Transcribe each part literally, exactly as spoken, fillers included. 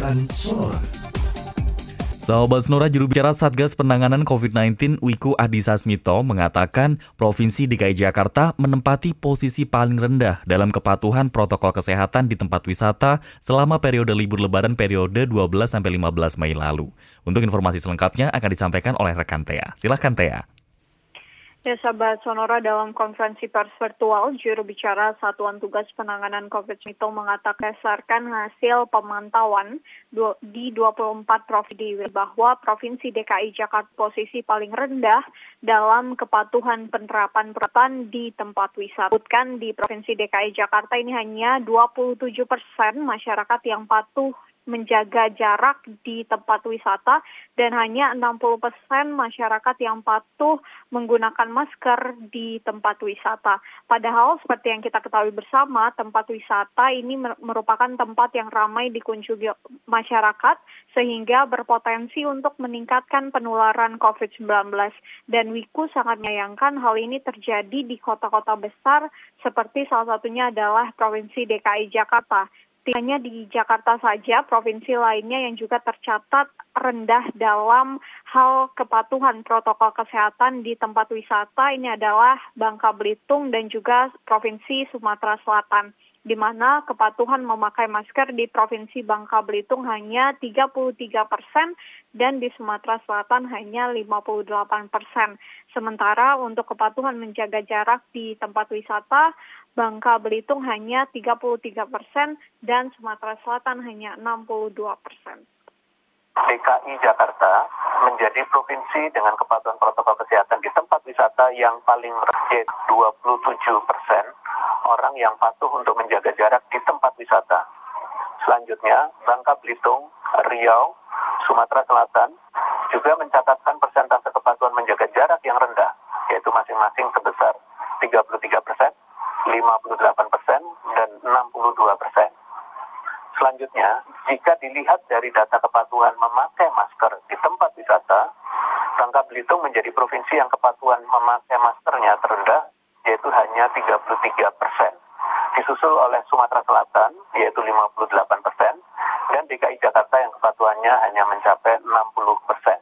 Liputan Sonora. Sahabat Sonora, juru bicara Satgas Penanganan covid sembilan belas Wiku Adhisa Smito mengatakan Provinsi D K I Jakarta menempati posisi paling rendah dalam kepatuhan protokol kesehatan di tempat wisata selama periode libur lebaran periode dua belas sampai lima belas Mei lalu. Untuk informasi selengkapnya akan disampaikan oleh rekan Tea. Silakan Tea. Ya, sahabat Sonora, dalam konferensi pers virtual, juru bicara Satuan Tugas Penanganan covid sembilan belas mengatakan berdasarkan hasil pemantauan di dua puluh empat provinsi bahwa Provinsi D K I Jakarta posisi paling rendah dalam kepatuhan penerapan peraturan di tempat wisata. Sebutkan di Provinsi D K I Jakarta ini hanya dua puluh tujuh persen masyarakat yang patuh menjaga jarak di tempat wisata dan hanya enam puluh persen masyarakat yang patuh menggunakan masker di tempat wisata. Padahal seperti yang kita ketahui bersama, tempat wisata ini merupakan tempat yang ramai dikunjungi masyarakat sehingga berpotensi untuk meningkatkan penularan covid sembilan belas. Dan Wiku sangat menyayangkan hal ini terjadi di kota-kota besar seperti salah satunya adalah Provinsi D K I Jakarta. Tidak hanya di Jakarta saja, provinsi lainnya yang juga tercatat rendah dalam hal kepatuhan protokol kesehatan di tempat wisata ini adalah Bangka Belitung dan juga Provinsi Sumatera Selatan, di mana kepatuhan memakai masker di Provinsi Bangka Belitung hanya tiga puluh tiga persen dan di Sumatera Selatan hanya lima puluh delapan persen. Sementara untuk kepatuhan menjaga jarak di tempat wisata, Bangka Belitung hanya tiga puluh tiga persen dan Sumatera Selatan hanya enam puluh dua persen. D K I Jakarta menjadi provinsi dengan kepatuhan protokol kesehatan di tempat wisata yang paling rendah, dua puluh tujuh persen orang yang patuh untuk menjaga jarak di tempat wisata. Selanjutnya, Bangka Belitung, Riau, Sumatera Selatan juga mencatatkan persentase kepatuhan menjaga jarak yang rendah, yaitu masing-masing sebesar tiga puluh tiga persen, lima puluh delapan persen, dan enam puluh dua persen. Selanjutnya, jika dilihat dari data kepatuhan memakai masker di tempat wisata, Bangka Belitung menjadi provinsi yang kepatuhan memakai maskernya terendah, yaitu hanya tiga puluh tiga persen. Disusul oleh Sumatera Selatan, yaitu lima puluh delapan persen, dan D K I Jakarta yang kepatuhannya hanya mencapai enam puluh persen.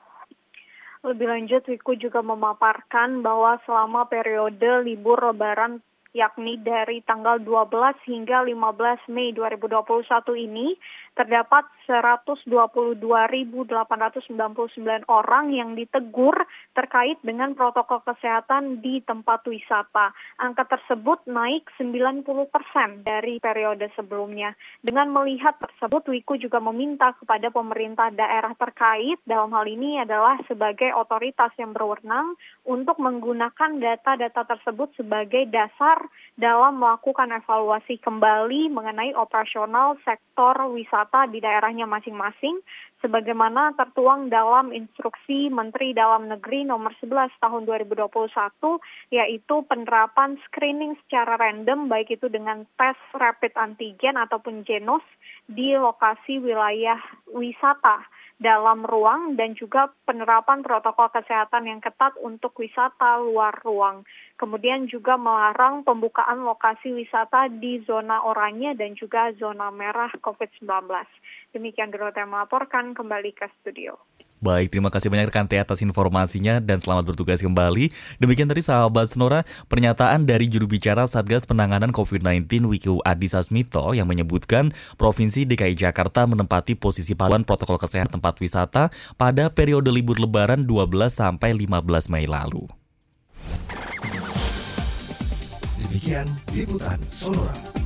Lebih lanjut, Wiku juga memaparkan bahwa selama periode libur lebaran yakni dari tanggal dua belas hingga lima belas Mei dua ribu dua puluh satu ini, terdapat seratus dua puluh dua ribu delapan ratus sembilan puluh sembilan orang yang ditegur terkait dengan protokol kesehatan di tempat wisata. Angka tersebut naik sembilan puluh persen dari periode sebelumnya. Dengan melihat tersebut, Wiku juga meminta kepada pemerintah daerah terkait, dalam hal ini adalah sebagai otoritas yang berwenang, untuk menggunakan data-data tersebut sebagai dasar dalam melakukan evaluasi kembali mengenai operasional sektor wisata di daerahnya masing-masing, sebagaimana tertuang dalam instruksi Menteri Dalam Negeri nomor sebelas tahun dua ribu dua puluh satu, yaitu penerapan screening secara random, baik itu dengan tes rapid antigen ataupun genos di lokasi wilayah wisata dalam ruang, dan juga penerapan protokol kesehatan yang ketat untuk wisata luar ruang. Kemudian juga melarang pembukaan lokasi wisata di zona oranye dan juga zona merah covid sembilan belas. Demikian Dorota yang melaporkan, kembali ke studio. Baik, terima kasih banyak rekan Tea atas informasinya dan selamat bertugas kembali. Demikian tadi sahabat Sonora, pernyataan dari juru bicara Satgas Penanganan covid sembilan belas Wiku Adhisa Smito yang menyebutkan Provinsi D K I Jakarta menempati posisi paling protokol kesehatan tempat wisata pada periode libur lebaran dua belas sampai lima belas Mei lalu. Demikian Liputan Sonora.